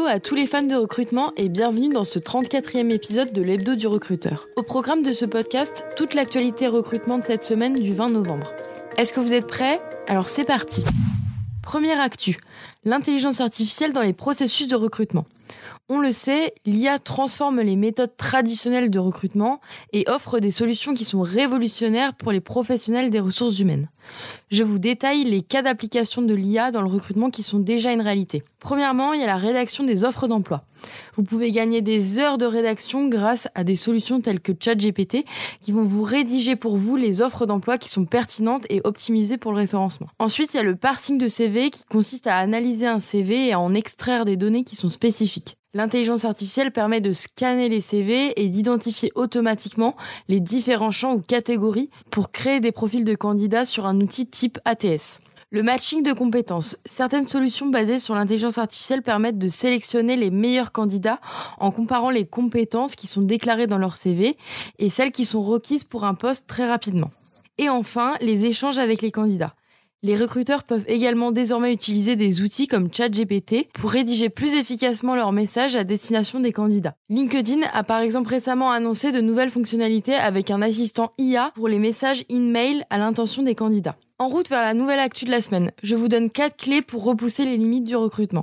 à tous les fans de recrutement et bienvenue dans ce 34e épisode de l'Hebdo du recruteur. Au programme de ce podcast, toute l'actualité recrutement de cette semaine du 20 novembre. Est-ce que vous êtes prêts ? Alors c'est parti. Première actu, l'intelligence artificielle dans les processus de recrutement. On le sait, l'IA transforme les méthodes traditionnelles de recrutement et offre des solutions qui sont révolutionnaires pour les professionnels des ressources humaines. Je vous détaille les cas d'application de l'IA dans le recrutement qui sont déjà une réalité. Premièrement, il y a la rédaction des offres d'emploi. Vous pouvez gagner des heures de rédaction grâce à des solutions telles que ChatGPT qui vont vous rédiger pour vous les offres d'emploi qui sont pertinentes et optimisées pour le référencement. Ensuite, il y a le parsing de CV qui consiste à analyser un CV et à en extraire des données qui sont spécifiques. L'intelligence artificielle permet de scanner les CV et d'identifier automatiquement les différents champs ou catégories pour créer des profils de candidats sur un outil type ATS. Le matching de compétences. Certaines solutions basées sur l'intelligence artificielle permettent de sélectionner les meilleurs candidats en comparant les compétences qui sont déclarées dans leur CV et celles qui sont requises pour un poste très rapidement. Et enfin, les échanges avec les candidats. Les recruteurs peuvent également désormais utiliser des outils comme ChatGPT pour rédiger plus efficacement leurs messages à destination des candidats. LinkedIn a par exemple récemment annoncé de nouvelles fonctionnalités avec un assistant IA pour les messages in-mail à l'intention des candidats. En route vers la nouvelle actu de la semaine, je vous donne 4 clés pour repousser les limites du recrutement.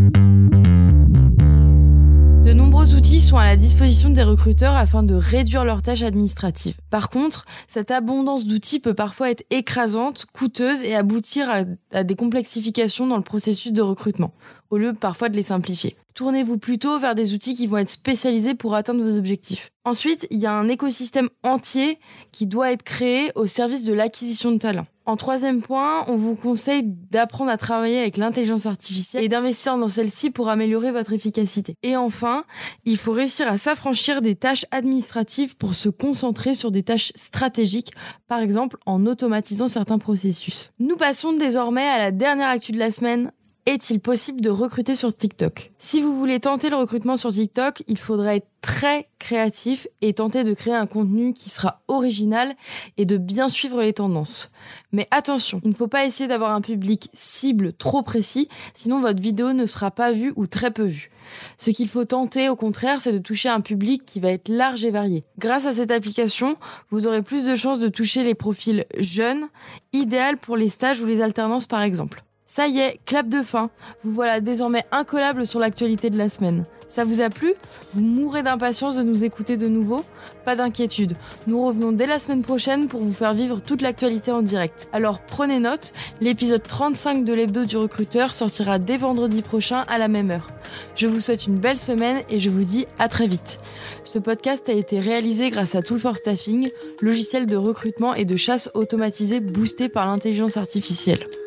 De nombreux outils sont à la disposition des recruteurs afin de réduire leurs tâches administratives. Par contre, cette abondance d'outils peut parfois être écrasante, coûteuse et aboutir à des complexifications dans le processus de recrutement, au lieu parfois de les simplifier. Tournez-vous plutôt vers des outils qui vont être spécialisés pour atteindre vos objectifs. Ensuite, il y a un écosystème entier qui doit être créé au service de l'acquisition de talents. En troisième point, on vous conseille d'apprendre à travailler avec l'intelligence artificielle et d'investir dans celle-ci pour améliorer votre efficacité. Et enfin, il faut réussir à s'affranchir des tâches administratives pour se concentrer sur des tâches stratégiques, par exemple en automatisant certains processus. Nous passons désormais à la dernière actu de la semaine. Est-il possible de recruter sur TikTok ? Si vous voulez tenter le recrutement sur TikTok, il faudra être très créatif et tenter de créer un contenu qui sera original et de bien suivre les tendances. Mais attention, il ne faut pas essayer d'avoir un public cible trop précis, sinon votre vidéo ne sera pas vue ou très peu vue. Ce qu'il faut tenter, au contraire, c'est de toucher un public qui va être large et varié. Grâce à cette application, vous aurez plus de chances de toucher les profils jeunes, idéal pour les stages ou les alternances par exemple. Ça y est, clap de fin. Vous voilà désormais incollable sur l'actualité de la semaine. Ça vous a plu ? Vous mourrez d'impatience de nous écouter de nouveau ? Pas d'inquiétude. Nous revenons dès la semaine prochaine pour vous faire vivre toute l'actualité en direct. Alors prenez note, l'épisode 35 de l'Hebdo du recruteur sortira dès vendredi prochain à la même heure. Je vous souhaite une belle semaine et je vous dis à très vite. Ce podcast a été réalisé grâce à Tool for Staffing, logiciel de recrutement et de chasse automatisé boosté par l'intelligence artificielle.